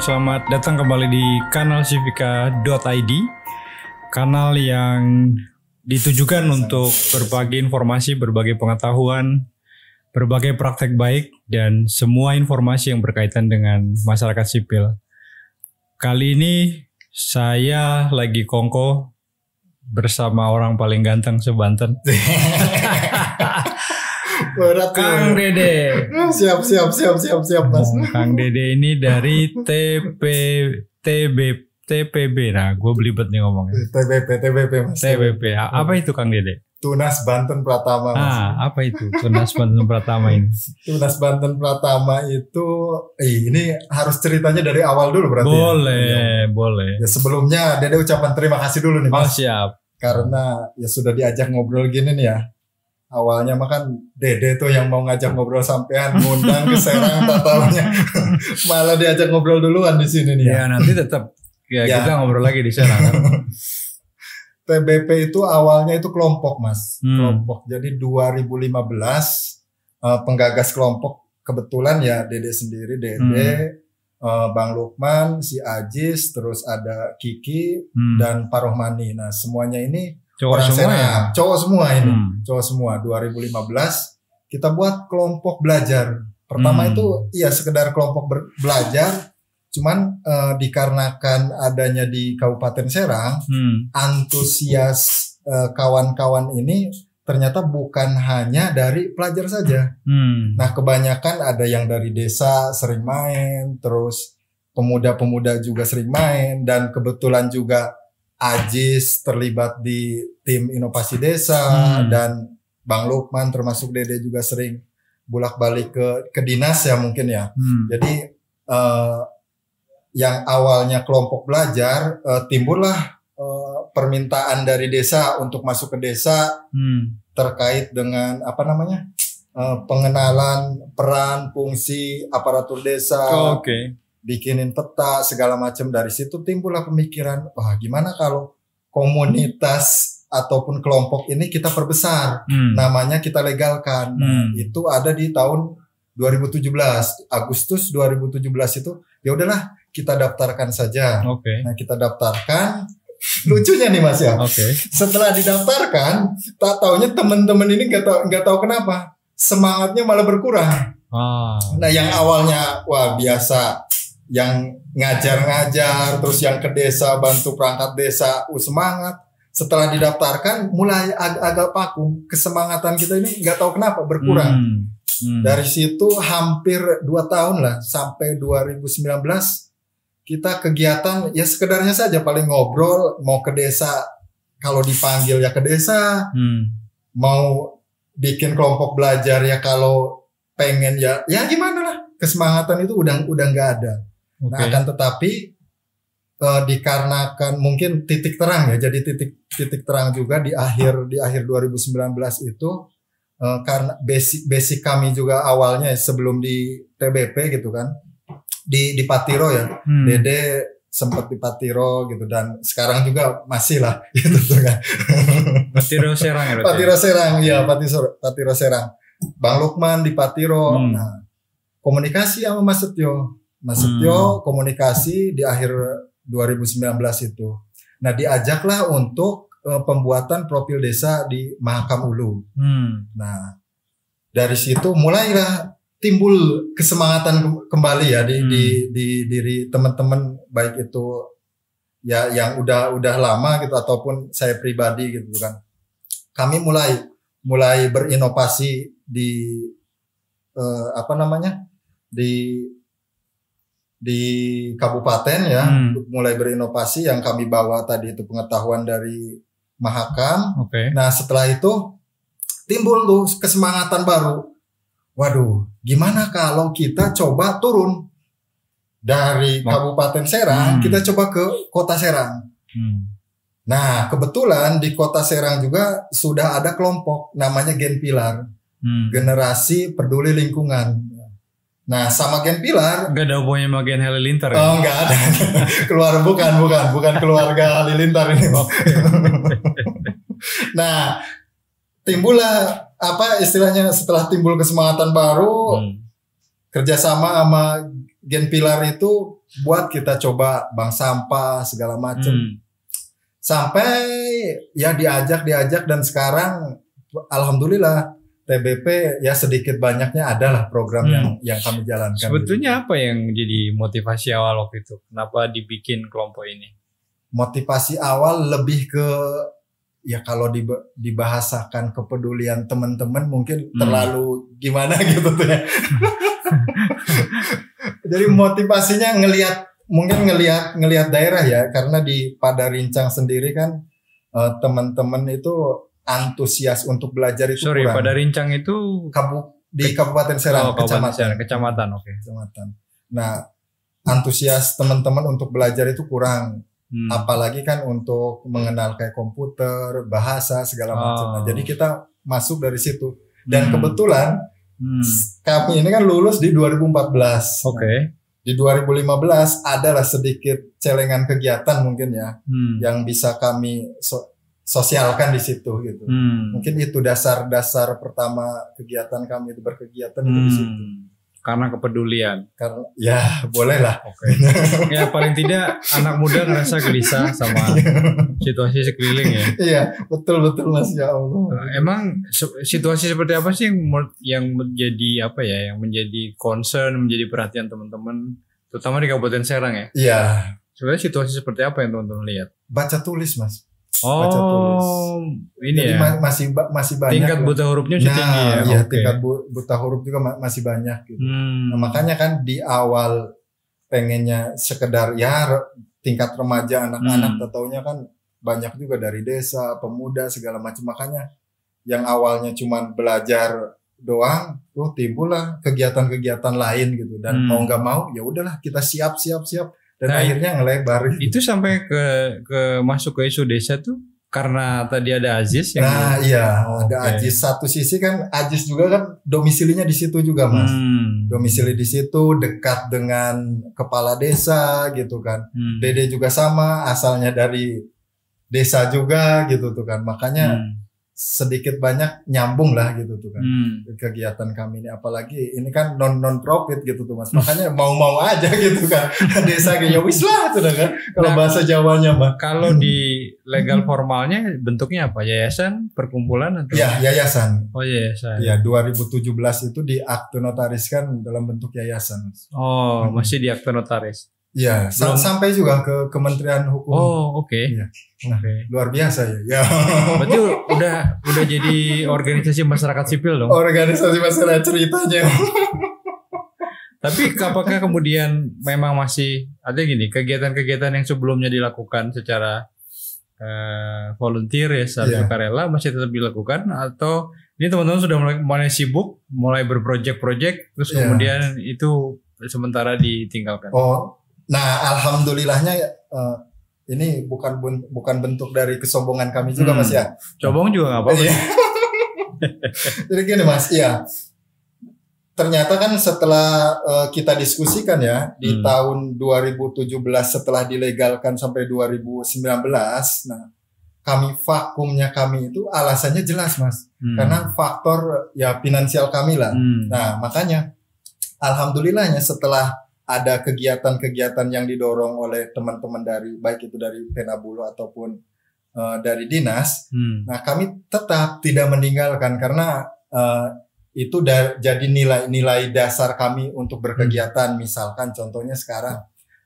selamat datang kembali di kanal Civika.id, kanal yang ditujukan untuk berbagi informasi, berbagi pengetahuan, berbagai praktek baik, dan semua informasi yang berkaitan dengan masyarakat sipil. Kali ini saya lagi kongko bersama orang paling ganteng se-Banten. Berat Kang Dede. Siap Mas. Kang Dede ini dari TPB. Nah, gue belibet nih ngomongnya. TBP Mas. TBP. Apa itu Kang Dede? Tunas Banten Pratama Mas. Apa itu Tunas Banten Pratama ini? Tunas Banten Pratama itu ini harus ceritanya dari awal dulu berarti. Boleh. Ya sebelumnya Dede ucapan terima kasih dulu nih Mas. Oh, siap. Karena ya sudah diajak ngobrol gini nih ya. Awalnya mah kan Dede tuh yang mau ngajak ngobrol sampean, ngundang ke Serang, tak taunya malah diajak ngobrol duluan di sini nih ya. Nanti tetap kita ngobrol lagi di Serang. Kan? TBP itu awalnya itu kelompok Mas, kelompok. Jadi 2015 penggagas kelompok kebetulan ya Dede sendiri, Bang Lukman, si Ajis, terus ada Kiki dan Pak Rohmani. Nah semuanya ini cowok semua ya? Cowok semua ini. Cowok semua. 2015 kita buat kelompok belajar. Pertama itu sekedar kelompok belajar. Cuman dikarenakan adanya di Kabupaten Serang, antusias kawan-kawan ini ternyata bukan hanya dari pelajar saja. Nah kebanyakan ada yang dari desa sering main, terus pemuda-pemuda juga sering main, dan kebetulan juga Ajis terlibat di tim inovasi desa, dan Bang Lukman termasuk Dede juga sering bolak-balik ke dinas ya mungkin ya. Jadi yang awalnya kelompok belajar timbullah permintaan dari desa untuk masuk ke desa terkait dengan pengenalan peran fungsi aparatur desa. Bikinin peta segala macam. Dari situ timbullah pemikiran, wah gimana kalau komunitas ataupun kelompok ini kita perbesar, namanya kita legalkan. Itu ada di tahun 2017, Agustus 2017 itu ya udahlah kita daftarkan saja. Nah kita daftarkan, lucunya nih Mas ya. Setelah didaftarkan, tak taunya teman-teman ini nggak tahu kenapa semangatnya malah berkurang. Nah yang awalnya wah biasa, yang ngajar-ngajar, terus yang ke desa bantu perangkat desa, semangat. Setelah didaftarkan mulai agak vakum, kesemangatan kita ini nggak tahu kenapa berkurang. Dari situ hampir 2 tahun lah, sampai 2019 kita kegiatan ya sekedarnya saja, paling ngobrol, mau ke desa kalau dipanggil ya ke desa, mau bikin kelompok belajar ya kalau pengen ya gimana lah, kesemangatan itu udah nggak ada. Nah akan tetapi dikarenakan mungkin titik terang ya, jadi titik terang juga di akhir 2019 itu karena basic kami juga awalnya sebelum di TBP gitu kan, di Patiro ya, Dede sempat di Patiro gitu, dan sekarang juga masih lah gitu kan. Patiro Serang ya? Patiro Serang. Bang Lukman di Patiro. Nah komunikasi sama Mas Setio komunikasi di akhir 2019 itu. Nah diajaklah untuk pembuatan profil desa di Mahakam Ulu. Nah dari situ mulailah timbul kesemangatan kembali ya di diri teman-teman, baik itu ya yang udah lama gitu ataupun saya pribadi gitu kan. Kami mulai berinovasi di di kabupaten ya, mulai berinovasi. Yang kami bawa tadi itu pengetahuan dari Mahakam. Nah setelah itu timbul tuh kesemangatan baru. Waduh, gimana kalau kita coba turun dari Kabupaten Serang, kita coba ke Kota Serang. Nah kebetulan di Kota Serang juga sudah ada kelompok namanya Gen Pilar, Generasi Peduli Lingkungan. Nah sama Gen Pilar nggak ada hubungannya sama Gen Halilintar ya? Oh nggak ada. bukan keluarga Halilintar ini. Nah timbullah istilahnya setelah timbul kesemangatan baru, kerjasama sama Gen Pilar itu buat, kita coba bank sampah segala macam. Sampai ya diajak dan sekarang alhamdulillah TBP ya sedikit banyaknya adalah program yang kami jalankan. Sebetulnya apa yang jadi motivasi awal waktu itu? Kenapa dibikin kelompok ini? Motivasi awal lebih ke ya kalau dibahasakan kepedulian teman-teman mungkin terlalu gimana gitu tuh ya. Jadi motivasinya ngelihat daerah ya, karena di Padarincang sendiri kan teman-teman itu antusias untuk belajar itu kurang. Padarincang itu di Kabupaten Serang, kecamatan. Oke. Kecamatan. Nah, antusias teman-teman untuk belajar itu kurang. Apalagi kan untuk mengenal kayak komputer, bahasa segala macam. Nah, jadi kita masuk dari situ. Dan kebetulan kami ini kan lulus di 2014. Oke. Nah, di 2015 adalah sedikit celengan kegiatan mungkin ya yang bisa kami sosialkan di situ gitu. Mungkin itu dasar pertama kegiatan kami itu berkegiatan itu di situ. Karena kepedulian. Karena ya boleh lah. Oke. Ya paling tidak anak muda ngerasa gelisah sama situasi sekeliling ya. Iya betul Mas, ya Allah. Emang situasi seperti apa sih yang menjadi yang menjadi concern, menjadi perhatian teman-teman, terutama di Kabupaten Serang ya? Iya. Sebenarnya situasi seperti apa yang teman-teman lihat? Baca tulis Mas. Baca tulis. Ini jadi ya. Masih banyak. Tingkat buta hurufnya tinggi ya. Iya, tingkat buta huruf juga masih banyak gitu. Nah, makanya kan di awal pengennya sekedar ya tingkat remaja anak-anak, taunya kan banyak juga dari desa, pemuda segala macam. Makanya yang awalnya cuman belajar doang, timbullah kegiatan-kegiatan lain gitu. Dan mau nggak mau ya udahlah kita siap. Dan akhirnya ngelebar. Itu sampai ke masuk ke isu desa tuh karena tadi ada Aziz yang ada Aziz. Satu sisi kan Aziz juga kan domisilinya di situ juga Mas. Domisili di situ, dekat dengan kepala desa gitu kan. Dede juga sama, asalnya dari desa juga gitu tuh kan. Makanya sedikit banyak nyambung lah gitu tuh kan kegiatan kami ini, apalagi ini kan non profit gitu tuh Mas, makanya mau aja gitu kan. Desa kayaknya wis lah tuh kan kalau bahasa Jawanya mah. Kalau di legal formalnya bentuknya apa? Yayasan, perkumpulan atau? Ya yayasan. Oh yayasan. Ya 2017 itu di akte notariskan dalam bentuk yayasan Mas. Oh masih di akte notaris. Ya, sampai juga ke Kementerian Hukum. Oh, oke. Ya. Luar biasa ya. Berarti udah jadi organisasi masyarakat sipil dong. Organisasi masyarakat ceritanya. Tapi apakah kemudian memang masih ada kegiatan-kegiatan yang sebelumnya dilakukan secara volunteer ya, secara sukarela masih tetap dilakukan, atau ini teman-teman sudah mulai sibuk, mulai berprojek-projek terus kemudian itu sementara ditinggalkan? Nah, alhamdulillahnya ini bukan bentuk dari kesombongan kami juga Mas ya. Sombong juga nggak apa-apa. Jadi gini Mas, ternyata kan setelah kita diskusikan ya di tahun 2017 setelah dilegalkan sampai 2019, nah vakumnya kami itu alasannya jelas Mas, karena faktor ya finansial kami lah. Nah makanya alhamdulillahnya setelah ada kegiatan-kegiatan yang didorong oleh teman-teman dari baik itu dari Penabulu ataupun dari dinas. Nah, kami tetap tidak meninggalkan karena itu jadi nilai-nilai dasar kami untuk berkegiatan. Misalkan contohnya sekarang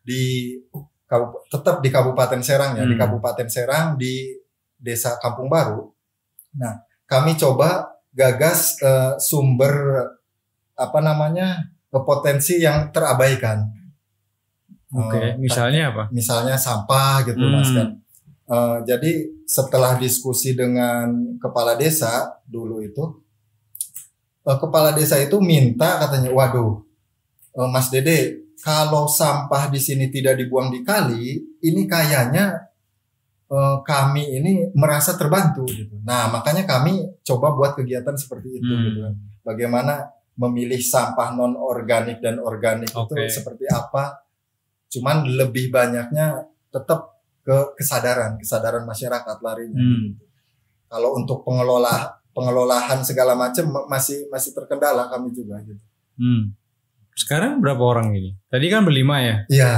tetap di Kabupaten Serang ya, di Kabupaten Serang di Desa Kampung Baru. Nah, kami coba gagas sumber potensi yang terabaikan. Misalnya apa? Misalnya sampah gitu Mas kan. Jadi setelah diskusi dengan kepala desa dulu itu, kepala desa itu minta katanya, waduh, Mas Dede, kalau sampah di sini tidak dibuang di kali, ini kayaknya kami ini merasa terbantu gitu. Nah makanya kami coba buat kegiatan seperti itu gitu kan. Bagaimana memilih sampah non organik dan organik itu seperti apa, cuman lebih banyaknya tetap ke kesadaran masyarakat larinya. Kalau untuk pengelolaan segala macam masih terkendala kami juga gitu. Sekarang berapa orang ini? Tadi kan berlima ya? Iya.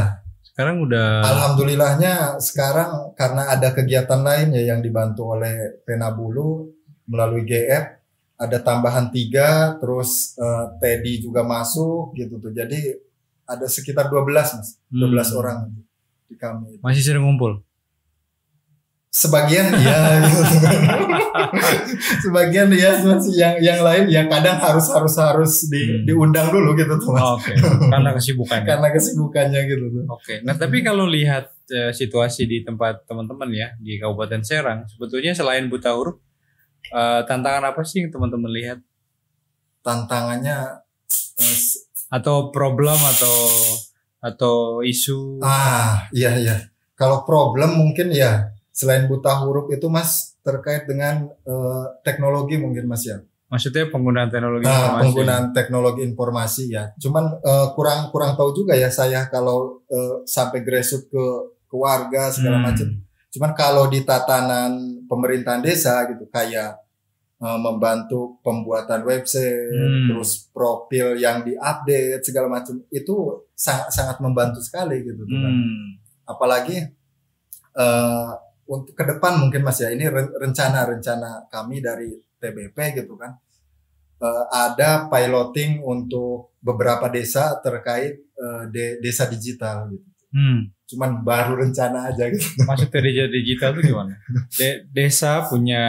Sekarang udah. Alhamdulillahnya sekarang karena ada kegiatan lain ya yang dibantu oleh Penabulu melalui GF, ada tambahan 3, terus Teddy juga masuk gitu tuh. Jadi ada sekitar 12 Mas, 12 orang di kami. Masih sering ngumpul? Sebagian ya gitu. Sebagian ya masih yang lain yang kadang harus diundang dulu gitu tuh Mas. Oke. Karena kesibukannya. Karena kesibukannya gitu tuh. Oke. Nah, tapi kalau lihat situasi di tempat teman-teman ya di Kabupaten Serang, sebetulnya selain buta huruf, tantangan apa sih yang teman-teman lihat? Tantangannya atau problem atau isu? Iya. Kalau problem mungkin ya selain buta huruf itu Mas terkait dengan teknologi mungkin Mas ya. Maksudnya penggunaan teknologi informasi. Penggunaan teknologi informasi ya. Cuman kurang tahu juga ya saya kalau sampai grassroots ke warga segala macam. Cuman kalau di tatanan pemerintahan desa gitu kayak membantu pembuatan website, terus profil yang diupdate segala macam itu sangat membantu sekali gitu kan. Apalagi untuk ke depan mungkin Mas ya, ini rencana kami dari TBP gitu kan. Ada piloting untuk beberapa desa terkait desa digital gitu. Cuman baru rencana aja gitu. Maksudnya desa digital itu gimana? Desa punya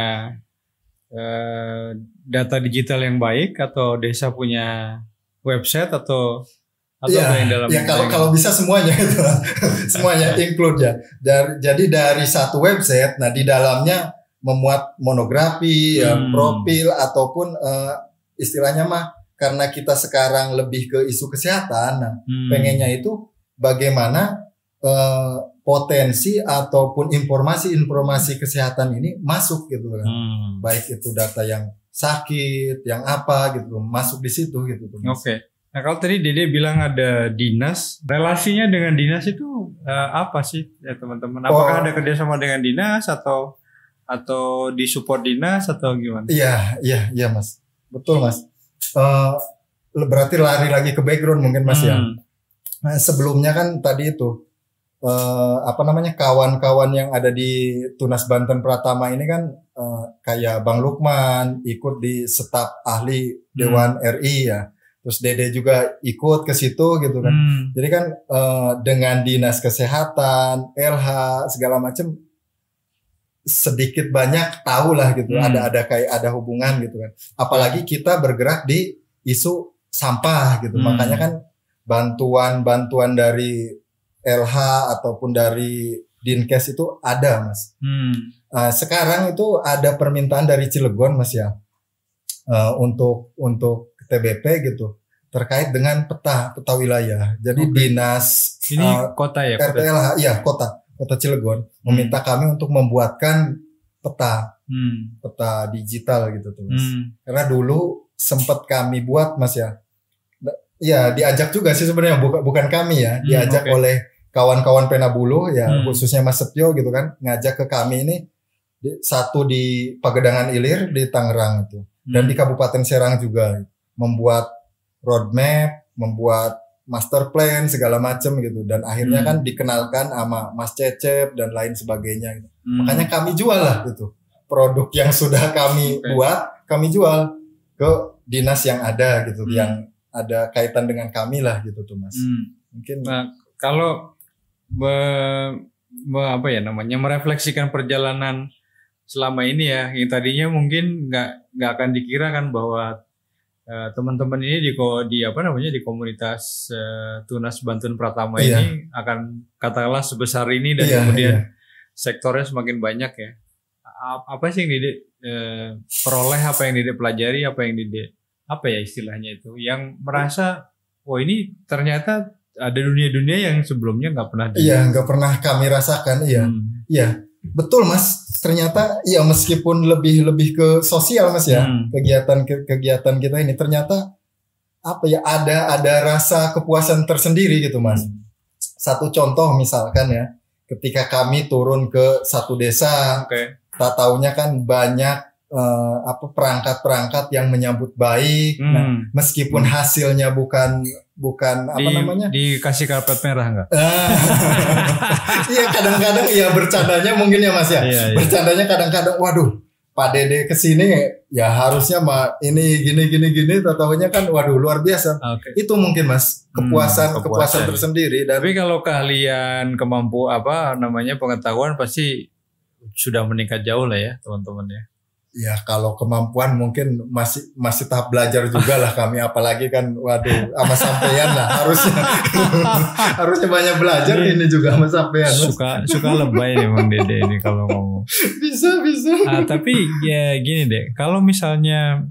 data digital yang baik atau desa punya website atau yang dalam kalau bisa semuanya itu semuanya include ya. Jadi dari satu website, nah di dalamnya memuat monografi, profil ataupun istilahnya mah karena kita sekarang lebih ke isu kesehatan, nah pengennya itu bagaimana potensi ataupun informasi kesehatan ini masuk gitu kan. Baik itu data yang sakit, yang apa gitu masuk di situ gitu. Oke. Nah kalau tadi Dede bilang ada dinas, relasinya dengan dinas itu apa sih ya teman-teman? Apakah ada kerjasama dengan dinas atau disupport dinas atau gimana? Iya Mas, betul Mas. Berarti lari lagi ke background mungkin Mas ya. Nah, sebelumnya kan tadi itu kawan-kawan yang ada di Tunas Banten Pratama ini kan kayak Bang Lukman ikut di staf ahli Dewan RI ya. Terus Dede juga ikut ke situ gitu kan. Jadi kan dengan dinas kesehatan, LH segala macam sedikit banyak tahu lah gitu. Ada hubungan gitu kan. Apalagi kita bergerak di isu sampah gitu. Makanya kan bantuan dari LH ataupun dari Dinkes itu ada Mas. Sekarang itu ada permintaan dari Cilegon Mas ya. Untuk TBP gitu terkait dengan peta wilayah. Jadi dinas ini kota ya, RTLH iya kota Cilegon meminta kami untuk membuatkan peta digital gitu tuh Mas. Karena dulu sempat kami buat Mas ya. Ya diajak juga sih sebenarnya bukan kami ya, diajak oleh kawan-kawan Penabulu ya khususnya Mas Setio gitu kan ngajak ke kami ini satu di Pagedangan Ilir di Tangerang itu dan di Kabupaten Serang juga membuat roadmap, membuat master plan segala macam gitu dan akhirnya kan dikenalkan sama Mas Cecep dan lain sebagainya gitu. Makanya kami jual lah gitu. Produk yang sudah kami buat, kami jual ke dinas yang ada gitu yang ada kaitan dengan kami lah gitu tuh Mas. Mungkin kalau merefleksikan perjalanan selama ini ya, yang tadinya mungkin nggak akan dikira kan bahwa teman-teman ini di komunitas Tunas Banten Pratama ini akan katakanlah sebesar ini dan kemudian sektornya semakin banyak ya. Apa sih yang Dede peroleh, apa yang Dede pelajari, apa yang Dede istilahnya itu yang merasa ini ternyata ada dunia-dunia yang sebelumnya nggak pernah nggak pernah kami rasakan. Iya betul Mas, ternyata ya meskipun lebih ke sosial Mas ya, kegiatan kita ini ternyata ada rasa kepuasan tersendiri gitu Mas. Satu contoh misalkan ya, ketika kami turun ke satu desa, tak taunya kan banyak perangkat-perangkat yang menyambut baik. Nah, meskipun hasilnya bukan bukan apa namanya? Dikasih karpet merah enggak? Iya kadang-kadang ya bercandanya mungkin ya Mas ya. Iya. Bercandanya kadang-kadang waduh Pak Dede kesini ya harusnya mah ini gini tahunya kan waduh luar biasa. Okay. Itu mungkin Mas kepuasan tersendiri. Dan tapi kalau keahlian pengetahuan pasti sudah meningkat jauh lah ya teman-teman ya. Ya kalau kemampuan mungkin masih tahap belajar juga lah kami, apalagi kan waduh sama sampean lah harusnya banyak belajar ini juga sama sampean. Suka lebay nih Bang Dede ini kalau ngomong. Bisa. Tapi ya gini deh, kalau misalnya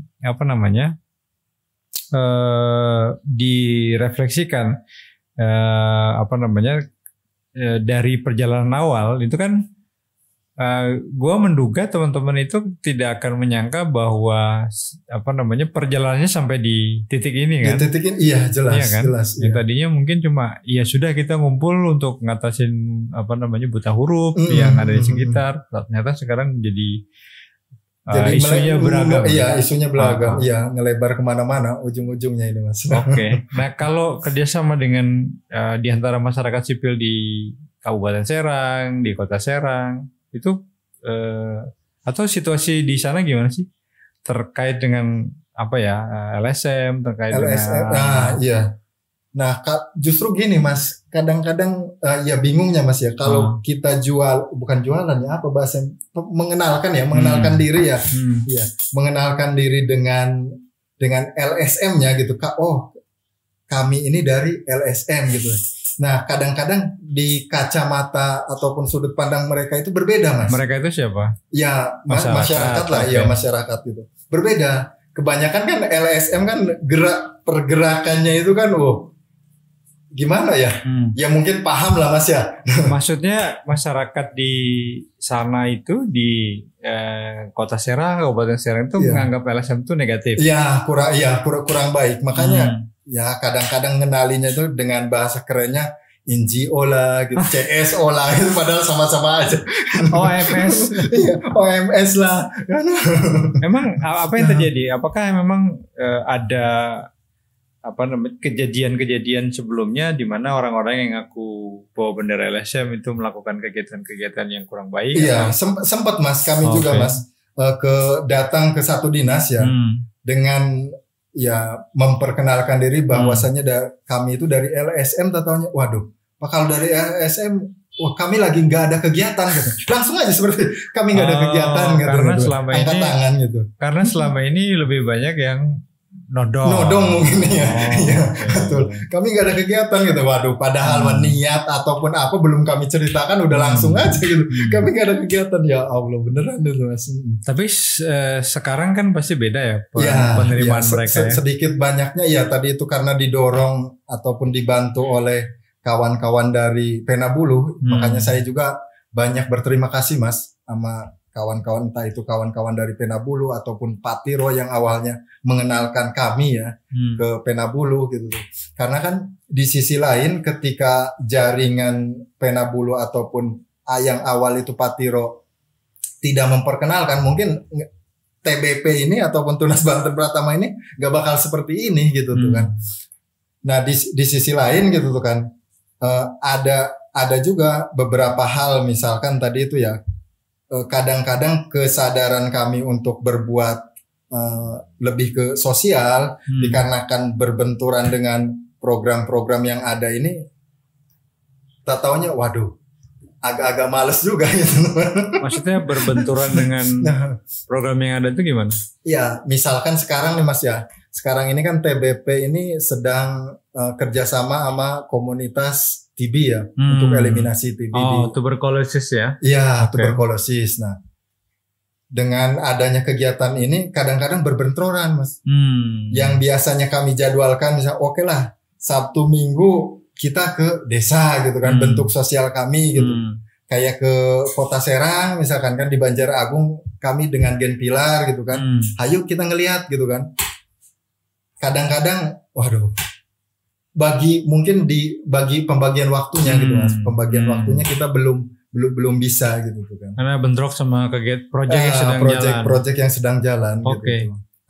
direfleksikan dari perjalanan awal itu kan. Gue menduga teman-teman itu tidak akan menyangka bahwa perjalanannya sampai di titik ini kan? Di titik ini, iya jelas. Iya kan? Jelas. Yang tadinya mungkin cuma ya sudah kita ngumpul untuk ngatasin buta huruf yang ada di sekitar. Ternyata sekarang jadi isunya beragam. Iya isunya beragam. Iya ngelebar kemana-mana ujung-ujungnya ini Mas. Oke. Nah kalau kerjasama dengan di antara masyarakat sipil di Kabupaten Serang, di Kota Serang itu atau situasi di sana gimana sih terkait dengan LSM terkait LSM, dengan iya. Nah justru gini Mas, kadang-kadang ya bingungnya Mas ya kalau kita bukan jualan ya apa bahasa mengenalkan diri ya, iya mengenalkan diri dengan LSM-nya gitu Kak. Oh kami ini dari LSM gitu. Nah kadang-kadang di kacamata ataupun sudut pandang mereka itu berbeda Mas. Mereka itu siapa? Ya masyarakat lah, ya masyarakat itu berbeda. Kebanyakan kan LSM kan pergerakannya itu kan gimana ya? Ya mungkin paham lah Mas ya. Maksudnya masyarakat di sana itu di Kota Serang, Kabupaten Serang itu menganggap LSM itu negatif. Iya kurang baik. Makanya ya kadang-kadang ngenalinya itu dengan bahasa kerennya NGO lah gitu, CSO lah gitu, padahal sama-sama aja. OMS. Iya, OMS lah. Emang apa yang terjadi? Apakah memang ada kejadian-kejadian sebelumnya di mana orang-orang yang ngaku bawa bendera LSM itu melakukan kegiatan-kegiatan yang kurang baik? Iya, sempat Mas, kami juga Mas datang ke satu dinas ya dengan ya memperkenalkan diri bahwasannya kami itu dari LSM, tatanya waduh kalau dari LSM kami lagi nggak ada kegiatan gitu. Langsung aja seperti kami nggak ada kegiatan gitu. Karena selama angkat tangan gitu. Karena selama ini lebih banyak yang nodong mungkin ya. Betul. Kami nggak ada kegiatan gitu. Waduh, padahal niat ataupun apa belum kami ceritakan udah langsung aja gitu. Kami nggak ada kegiatan, ya Allah beneran itu Mas. Tapi sekarang kan pasti beda ya penerimaan mereka ya. Sedikit banyaknya ya tadi itu karena didorong ataupun dibantu oleh kawan-kawan dari Penabuluh. Makanya saya juga banyak berterima kasih Mas sama kawan-kawan, entah itu kawan-kawan dari Penabuluh ataupun Pak Tiro yang awalnya mengenalkan kami ya ke Penabuluh gitu. Karena kan di sisi lain ketika jaringan Penabuluh ataupun yang awal itu Pak Tiro tidak memperkenalkan, mungkin TBP ini ataupun Tunas Banten Pratama ini gak bakal seperti ini gitu tuh kan. Nah di sisi lain gitu tuh kan ada juga beberapa hal, misalkan tadi itu ya kadang-kadang kesadaran kami untuk berbuat lebih ke sosial dikarenakan berbenturan dengan program-program yang ada ini, tak taunya waduh agak-agak males juga gitu. Maksudnya berbenturan dengan program yang ada itu gimana? Ya misalkan sekarang nih Mas ya, sekarang ini kan TBP ini sedang kerjasama sama komunitas TB ya, untuk eliminasi TB. Tuberkulosis ya? Iya, tuberkulosis. Nah, dengan adanya kegiatan ini kadang-kadang berbenturan Mas. Yang biasanya kami jadwalkan misal oke lah Sabtu Minggu kita ke desa gitu kan, bentuk sosial kami gitu. Kayak ke Kota Serang misalkan kan, di Banjar-Agung kami dengan Gen Pilar gitu kan. Ayo kita ngelihat gitu kan. Kadang-kadang waduh, bagi pembagian waktunya gitu Mas. Pembagian waktunya kita belum bisa gitu kan. Karena bentrok sama kegiatan proyek yang sedang jalan. Proyek yang sedang jalan gitu.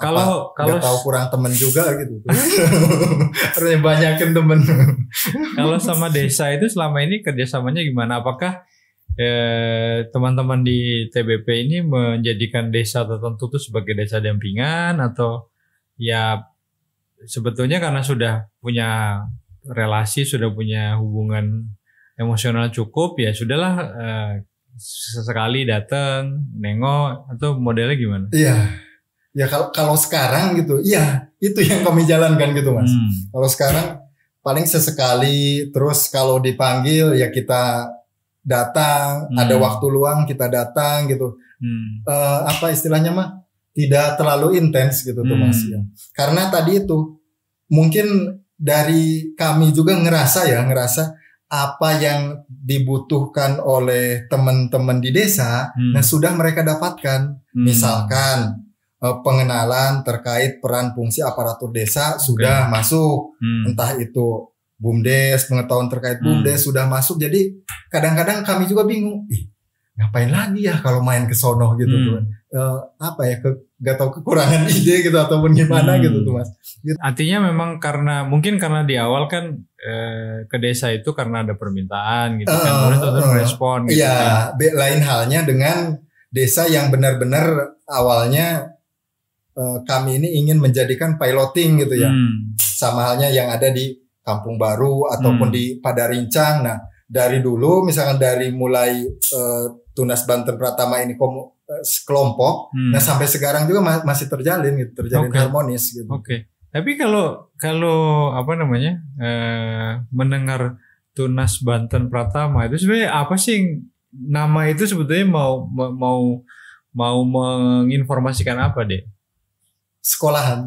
Kalau nggak tahu kurang temen juga gitu. Harusnya banyakin temen. Kalau sama desa itu selama ini kerjasamanya gimana? Apakah teman-teman di TBP ini menjadikan desa tertentu itu sebagai desa dampingan, atau ya sebetulnya karena sudah punya relasi, sudah punya hubungan emosional cukup, ya sudahlah sesekali datang nengok, atau modelnya gimana? Iya. Ya kalau sekarang gitu, iya itu yang kami jalankan gitu Mas. Kalau sekarang paling sesekali, terus kalau dipanggil ya kita datang, ada waktu luang kita datang gitu. Apa istilahnya mah, tidak terlalu intens gitu tuh Mas ya. Karena tadi itu mungkin dari kami juga ngerasa apa yang dibutuhkan oleh teman-teman di desa, nah sudah mereka dapatkan. Misalkan pengenalan terkait peran fungsi aparatur desa sudah masuk, entah itu BUMDes, pengetahuan terkait BUMDes sudah masuk. Jadi kadang-kadang kami juga bingung, ngapain lagi ya kalau main ke sono gitu tuh, apa ya, gak tahu kekurangan ide gitu ataupun gimana gitu tuh Mas. Gitu. Artinya memang mungkin karena di awal kan ke desa itu karena ada permintaan gitu kan, terus respon gitu. Iya, kan. Lain halnya dengan desa yang benar-benar awalnya kami ini ingin menjadikan piloting gitu ya, sama halnya yang ada di Kampung Baru ataupun di Padarincang. Nah dari dulu misalkan dari mulai Tunas Banten Pratama ini kelompok, nah sampai sekarang juga masih terjalin harmonis gitu. Tapi kalau apa namanya mendengar Tunas Banten Pratama itu sebenarnya apa sih nama itu sebetulnya mau menginformasikan apa deh? Sekolahan.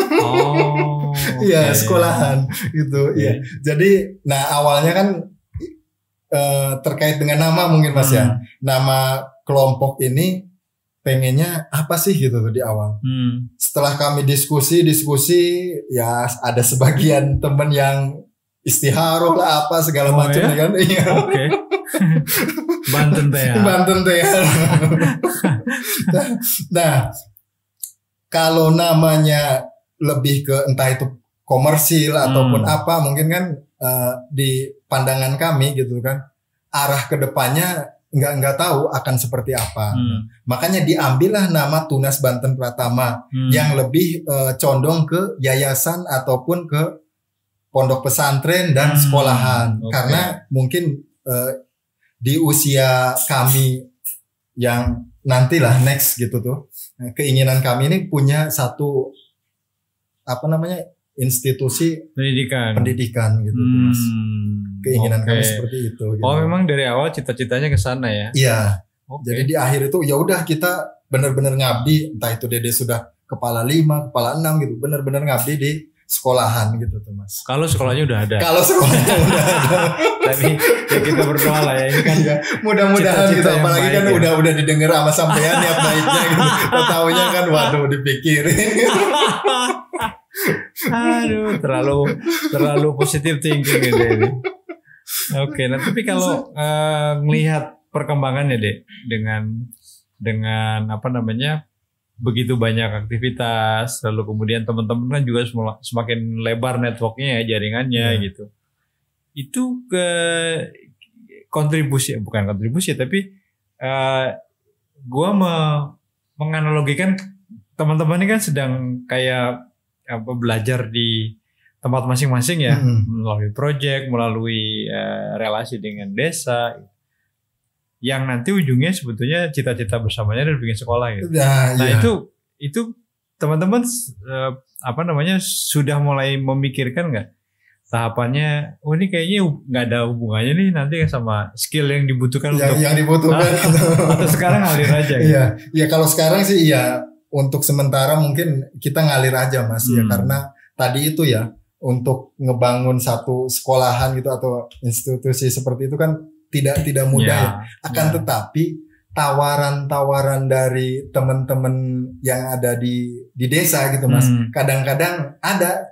Iya, sekolahan gitu. Iya. Jadi nah awalnya kan terkait dengan nama mungkin Mas ya. Nama kelompok ini pengennya apa sih gitu di awal. Setelah kami diskusi ya ada sebagian teman yang istiharoh lah apa segala macam ya? Kan. Iya. Oke. Banten teh. Nah, kalau namanya lebih ke entah itu komersil ataupun apa, mungkin kan di pandangan kami gitu kan, arah kedepannya nggak tahu akan seperti apa. Makanya diambillah nama Tunas Banten Pratama yang lebih condong ke yayasan ataupun ke pondok pesantren dan sekolahan. Karena mungkin di usia kami yang nantilah next gitu tuh, keinginan kami ini punya satu apa namanya institusi pendidikan gitu Mas. Keinginan kami seperti itu gitu. Memang dari awal cita-citanya ke sana ya. Iya. Jadi di akhir itu ya udah kita benar-benar ngabdi, entah itu Dede sudah kepala 5, kepala 6 gitu, benar-benar ngabdi di sekolahan gitu tuh Mas. Kalau sekolahnya udah ada. Kalau sekolahnya udah ada. Tapi ya kita berdoa lah ya, ini kan ya, mudah-mudahan gitu, apalagi kan ya. udah didengar sama sampean niat baiknya gitu. Taunya kan waduh dipikirin gitu. Aduh, terlalu positif thinking gitu ini. Oke, nah tapi kalau melihat perkembangannya deh dengan apa namanya, begitu banyak aktivitas, lalu kemudian teman-teman kan juga semakin lebar networknya ya, jaringannya gitu. Itu bukan kontribusi tapi gue menganalogikan teman-teman ini kan sedang kayak belajar di tempat masing-masing ya, melalui project, melalui relasi dengan desa, yang nanti ujungnya sebetulnya cita-cita bersamanya adalah bikin sekolah gitu. Itu teman-teman apa namanya sudah mulai memikirkan nggak tahapannya? Ini kayaknya nggak ada hubungannya nih nanti sama skill yang dibutuhkan yang dibutuhkan atau sekarang ngalir aja. Gitu. Iya, kalau sekarang sih iya, untuk sementara mungkin kita ngalir aja Mas ya, karena tadi itu ya untuk ngebangun satu sekolahan gitu atau institusi seperti itu kan tidak mudah tetapi tawaran-tawaran dari teman-teman yang ada di desa gitu Mas, kadang-kadang ada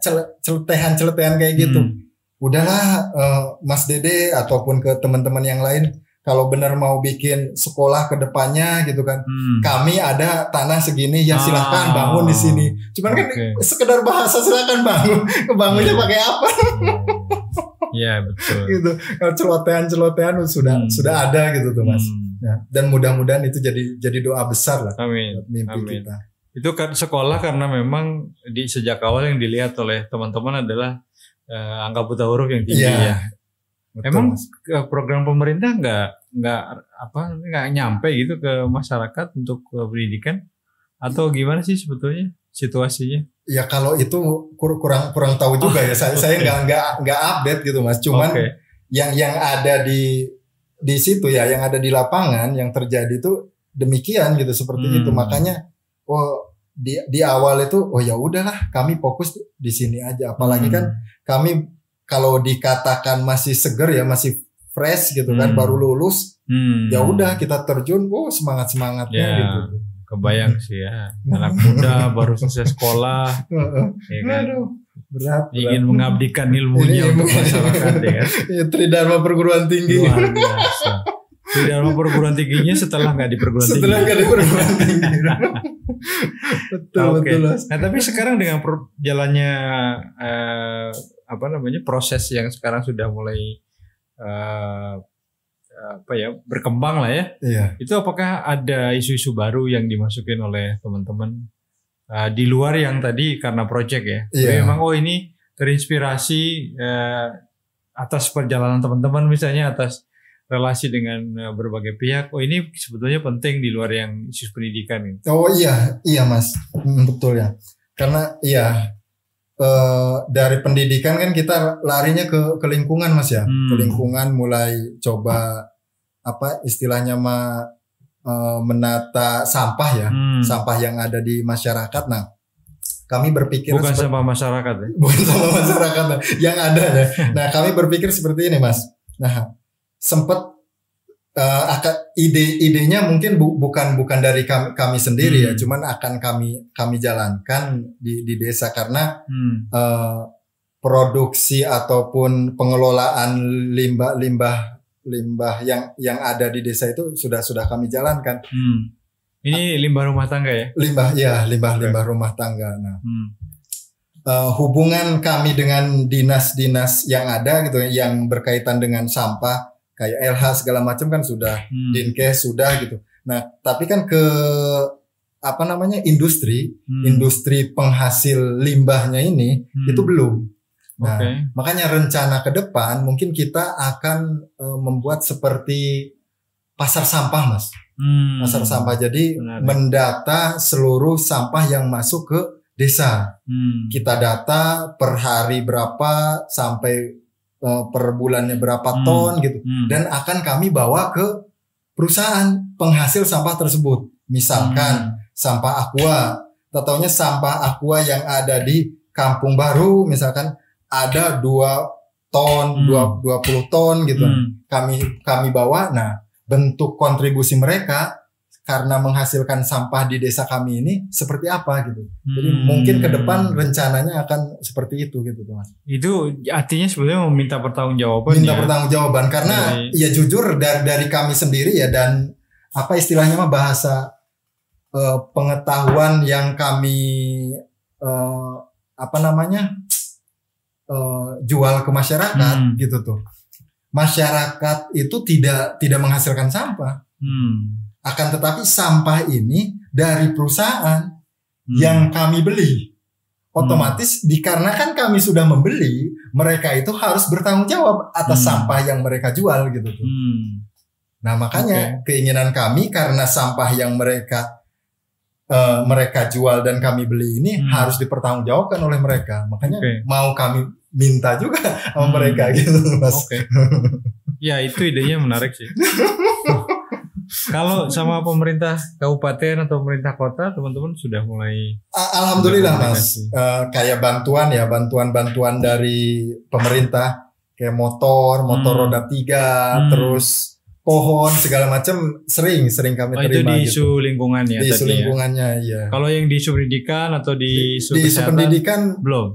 celetehan kayak gitu. Udahlah Mas Dede ataupun ke teman-teman yang lain, kalau benar mau bikin sekolah ke depannya gitu kan. Kami ada tanah segini, ya silahkan bangun di sini. Cuman kan sekedar bahasa silahkan bangun. Kebangunnya pakai apa? Iya betul. Gitu. Kalau celotehan sudah ada gitu tuh Mas. Ya, dan mudah-mudahan itu jadi doa besar lah. Amin. Mimpi kita. Itu kan sekolah karena memang di sejak awal yang dilihat oleh teman-teman adalah angka buta huruf yang tinggi ya. Betul, emang Mas. Program pemerintah nggak nyampe gitu ke masyarakat untuk pendidikan atau gimana sih sebetulnya situasinya? Ya kalau itu kurang tahu juga ya. Saya nggak update gitu Mas. Cuman yang ada di situ ya, yang ada di lapangan yang terjadi itu demikian gitu seperti itu. Makanya di awal itu ya udahlah kami fokus di sini aja. Apalagi kan kami kalau dikatakan masih seger ya, masih fresh gitu kan, baru lulus, ya udah kita terjun, semangatnya gitu. Kebayang sih ya, anak muda baru selesai sekolah, ya kan, berat. Ingin mengabdikan ilmunya untuk masyarakat, ya kan. Tridharma perguruan tinggi. Luar biasa. Tridharma perguruan tingginya setelah nggak di perguruan tinggi. Setelah nggak di perguruan tinggi. Betul. Nah tapi sekarang dengan jalannya proses yang sekarang sudah mulai berkembang lah ya. Iya. Itu apakah ada isu-isu baru yang dimasukin oleh teman-teman di luar yang tadi karena project ya? Iya. Jadi memang ini terinspirasi atas perjalanan teman-teman misalnya, atas relasi dengan berbagai pihak. Ini sebetulnya penting di luar yang isu pendidikan ini. Oh iya Mas, betul ya. Karena dari pendidikan kan kita larinya ke lingkungan Mas ya. Ke lingkungan, mulai coba istilahnya menata sampah ya. Sampah yang ada di masyarakat. Nah, kami berpikir bukan sama masyarakat ya. Bukan sama masyarakat yang ada ya. Nah, kami berpikir seperti ini Mas. Nah, sempat idenya mungkin bukan dari kami sendiri ya, cuman akan kami jalankan di desa karena produksi ataupun pengelolaan limbah yang ada di desa itu sudah kami jalankan. Ini limbah rumah tangga ya? Limbah rumah tangga. Nah, hubungan kami dengan dinas-dinas yang ada gitu, yang berkaitan dengan sampah kayak LH segala macam kan sudah, Dinkes sudah gitu. Nah, tapi kan industri penghasil limbahnya ini itu belum. Nah, makanya rencana ke depan mungkin kita akan membuat seperti pasar sampah Mas. Pasar sampah, jadi mendata seluruh sampah yang masuk ke desa. Kita data per hari berapa sampai per bulannya berapa ton gitu, dan akan kami bawa ke perusahaan penghasil sampah tersebut. Misalkan sampah aqua, taunya sampah aqua yang ada di Kampung Baru misalkan ada 2 ton, 20 ton gitu. Kami bawa. Nah, bentuk kontribusi mereka karena menghasilkan sampah di desa kami ini seperti apa gitu. Jadi mungkin ke depan rencananya akan seperti itu gitu Mas. Itu artinya sebenarnya meminta pertanggungjawaban. Pertanggungjawaban karena ya jujur dari kami sendiri ya, dan istilahnya bahasa pengetahuan yang kami jual ke masyarakat gitu tuh. Masyarakat itu tidak menghasilkan sampah. Akan tetapi sampah ini dari perusahaan yang kami beli. Otomatis dikarenakan kami sudah membeli, mereka itu harus bertanggung jawab atas sampah yang mereka jual gitu tuh. Nah, makanya keinginan kami karena sampah yang mereka jual dan kami beli ini harus dipertanggungjawabkan oleh mereka. Makanya mau kami minta juga sama mereka gitu Mas. Ya, itu idenya menarik sih. Kalau sama pemerintah kabupaten atau pemerintah kota, teman-teman sudah mulai. Alhamdulillah Mas, kayak bantuan dari pemerintah, kayak motor roda 3, terus pohon segala macam sering kami terima. Itu di isu lingkungannya. Di isu lingkungannya, iya. Kalau yang di isu pendidikan atau di isu kesehatan, pendidikan belum.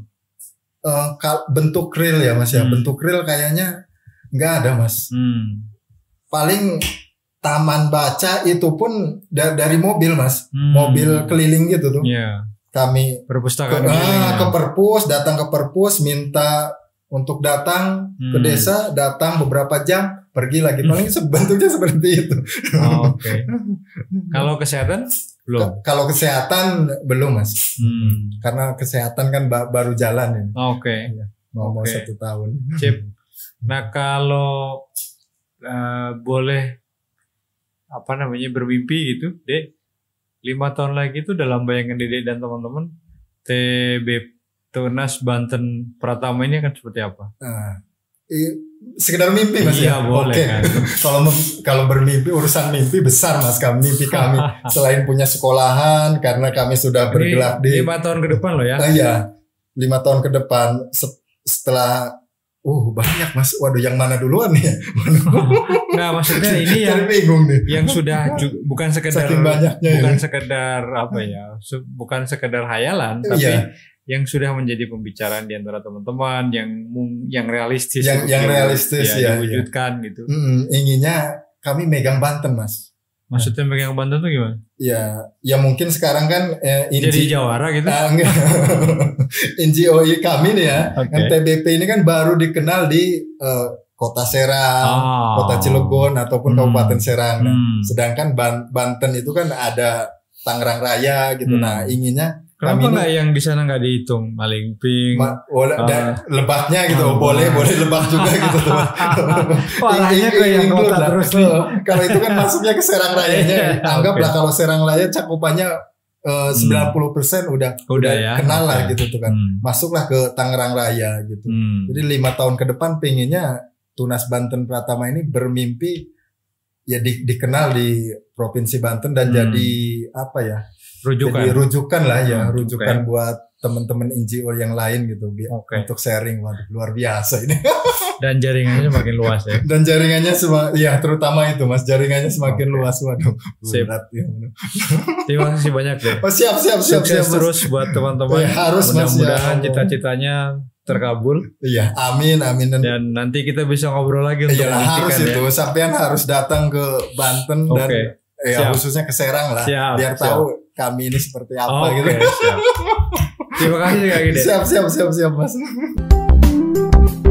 Bentuk real ya Mas ya, bentuk real kayaknya nggak ada Mas. paling taman baca itu pun dari mobil Mas, mobil keliling gitu tuh. Kami perpustakaan ke perpus, datang ke perpus, minta untuk datang ke desa, datang beberapa jam, pergi lagi. Paling bentuknya seperti itu. Oke. Kalau kesehatan belum? Kalau kesehatan belum Mas, karena kesehatan kan baru jalan ini. Oke. Mau 1 tahun. Sip. Nah kalau boleh bermimpi gitu, Dek, 5 tahun lagi itu dalam bayangan Dede dan teman-teman, TB Tunas Banten Pratama ini akan seperti apa? Sekedar mimpi Mas. Iya, boleh kan. Kalau bermimpi, urusan mimpi besar Mas. Mimpi kami selain punya sekolahan, karena kami sudah bergerak di 5 tahun ke depan loh ya. Iya, 5 tahun ke depan setelah banyak Mas. Waduh, yang mana duluan nih? Nggak, maksudnya ini yang bingung nih. Yang sudah bukan sekedar sekedar bukan sekedar hayalan, tapi yang sudah menjadi pembicaraan di antara teman-teman, yang realistis, yang realistis diwujudkan gitu. Inginnya kami megang Banten Mas. Maksudnya megang Banten tuh gimana? Ya mungkin sekarang kan jadi jawara gitu. NGO kami nih ya, kan TBP ini kan baru dikenal di Kota Serang, Kota Cilegon ataupun Kabupaten Serang. Sedangkan Banten itu kan ada Tangerang Raya gitu. Nah, inginnya kenapa nggak yang di sana nggak dihitung Malingping, Lebaknya gitu, boleh Lebak juga gitu teman. Arahnya ke yang kota terus nih. Kalau itu kan masuknya ke Serang Rayanya. Anggaplah kalau Serang Raya cakupannya 90% udah ya, kenal lah gitu tuh kan. Masuklah ke Tangerang Raya gitu. Jadi 5 tahun ke depan pengennya Tunas Banten Pratama ini bermimpi ya dikenal di Provinsi Banten dan jadi rujukan lah ya, rujukan buat teman-teman NGO yang lain gitu untuk sharing. Waduh, luar biasa ini. Dan jaringannya semakin luas ya. Dan jaringannya terutama itu Mas, jaringannya semakin luas. Waduh. Berat ya. Terima kasih banyak deh. Siap. Sukses terus buat teman-teman. Harus mudah-mudahan cita-citanya terkabul. Iya, amin. Dan nanti kita bisa ngobrol lagi untuk harus itu. Sampean harus datang ke Banten dan khususnya ke Serang lah, biar tahu kami ini seperti apa gitu. Siap. Terima kasih Kak Gede. Siap Mas.